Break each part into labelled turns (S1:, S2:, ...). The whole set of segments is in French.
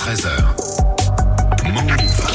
S1: 13h. Move.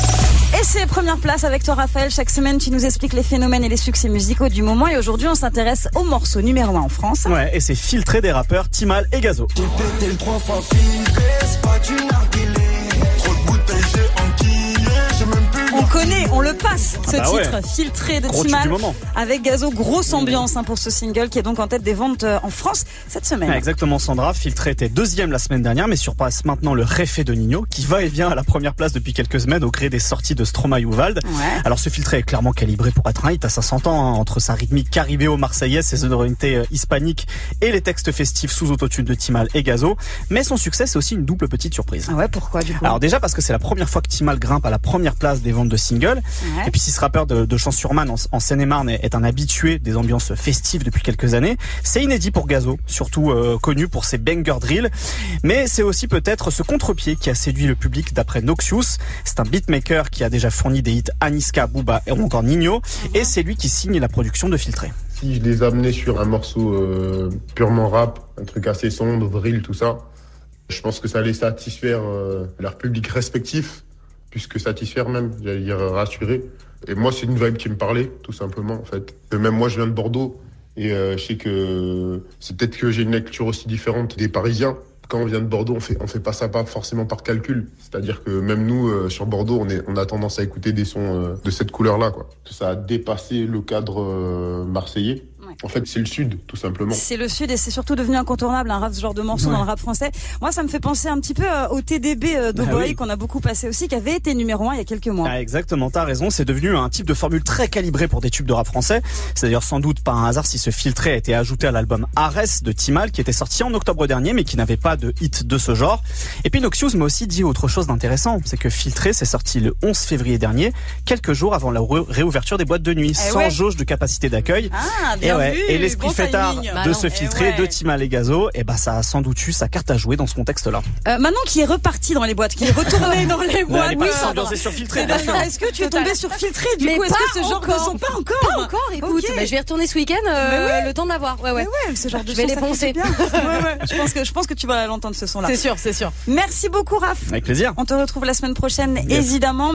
S2: Et c'est première place avec toi Raphaël. Chaque semaine tu nous expliques les phénomènes et les succès musicaux du moment. Et aujourd'hui on s'intéresse au morceau numéro 1 en France.
S3: Ouais, et c'est Filtré des rappeurs Timal et Gazo.
S4: J'ai pété le 3 fois filtré, c'est pas du narguilé. Trop de bouteilles, j'ai enquillé, j'ai même plus.
S2: On connaît, on le passe, ce
S3: bah
S2: titre,
S3: ouais.
S2: Filtré de
S3: Gros tube
S2: Timal
S3: du moment.
S2: avec Gazo. Grosse ambiance pour ce single qui est donc en tête des ventes en France cette semaine.
S3: Ouais, exactement Sandra, Filtré était deuxième la semaine dernière mais surpasse maintenant le Réfé de Nino qui va et vient à la première place depuis quelques semaines au gré des sorties de Stromae ou Vald.
S2: Ouais.
S3: Alors ce Filtré est clairement calibré pour être un hit, ça s'entend entre sa rythmique caribéo-marseillaise, ses sonorités hispaniques et les textes festifs sous autotune de Timal et Gazo. Mais son succès c'est aussi une double petite surprise.
S2: Ah ouais, pourquoi du coup?
S3: Alors déjà parce que c'est la première fois que Timal grimpe à la première place des ventes de singles.
S2: Ouais.
S3: Et puis si ce rappeur de Champs-sur-Marne en Seine-et-Marne est un habitué des ambiances festives depuis quelques années, c'est inédit pour Gazo, surtout connu pour ses banger drill. Mais c'est aussi peut-être ce contre-pied qui a séduit le public d'après Noxious. C'est un beatmaker qui a déjà fourni des hits à Niska, Booba ou encore Nino. Et c'est lui qui signe la production de Filtré.
S5: Si je les amenais sur un morceau purement rap, un truc assez sombre, drill, tout ça, je pense que ça allait satisfaire leur public respectif, plus que satisfaire même, j'allais dire rassurer. Et moi, c'est une vibe qui me parlait, tout simplement, en fait. Même moi, je viens de Bordeaux, et je sais que c'est peut-être que j'ai une lecture aussi différente des Parisiens. Quand on vient de Bordeaux, on fait pas ça pas forcément par calcul. C'est-à-dire que même nous, sur Bordeaux, on a tendance à écouter des sons de cette couleur-là, quoi. Ça a dépassé le cadre marseillais.
S2: Ouais.
S5: En fait, c'est le Sud, tout simplement.
S2: C'est le Sud et c'est surtout devenu incontournable un rap, ce genre de morceau dans le rap français. Moi, ça me fait penser un petit peu au TDB d'Oboy qu'on a beaucoup passé aussi, qui avait été numéro 1 il y a quelques mois.
S3: Ah, exactement, t'as raison, c'est devenu un type de formule très calibré pour des tubes de rap français. C'est d'ailleurs sans doute pas un hasard si ce Filtré a été ajouté à l'album Ares de Timal qui était sorti en octobre dernier mais qui n'avait pas de hit de ce genre. Et puis Noxious m'a aussi dit autre chose d'intéressant, c'est que Filtré s'est sorti le 11 février dernier, quelques jours avant la réouverture des boîtes de nuit, sans jauge de capacité d'accueil.
S2: Ah, bien vu.
S3: Et l'esprit fêtard de ce Filtré de Timal et Gazo, et ça a sans doute eu sa carte à jouer dans ce contexte-là.
S2: Manon qui est reparti dans les boîtes, qui est retournée dans les boîtes.
S3: Elle est pas s'ambiancer sur Filtré.
S2: Est-ce que tu es tombée sur Filtré du coup? Est-ce que ce genre de son pas encore?
S6: Pas encore, écoute.
S2: Okay.
S6: Je vais y retourner ce week-end, le temps de l'avoir. Ouais.
S2: Mais ouais, ce genre de
S6: je vais
S2: son,
S6: les poncer.
S2: bien. Je pense que tu vas l'entendre ce son-là.
S6: C'est sûr.
S2: Merci beaucoup Raph.
S3: Avec plaisir.
S2: On te retrouve la semaine prochaine, évidemment.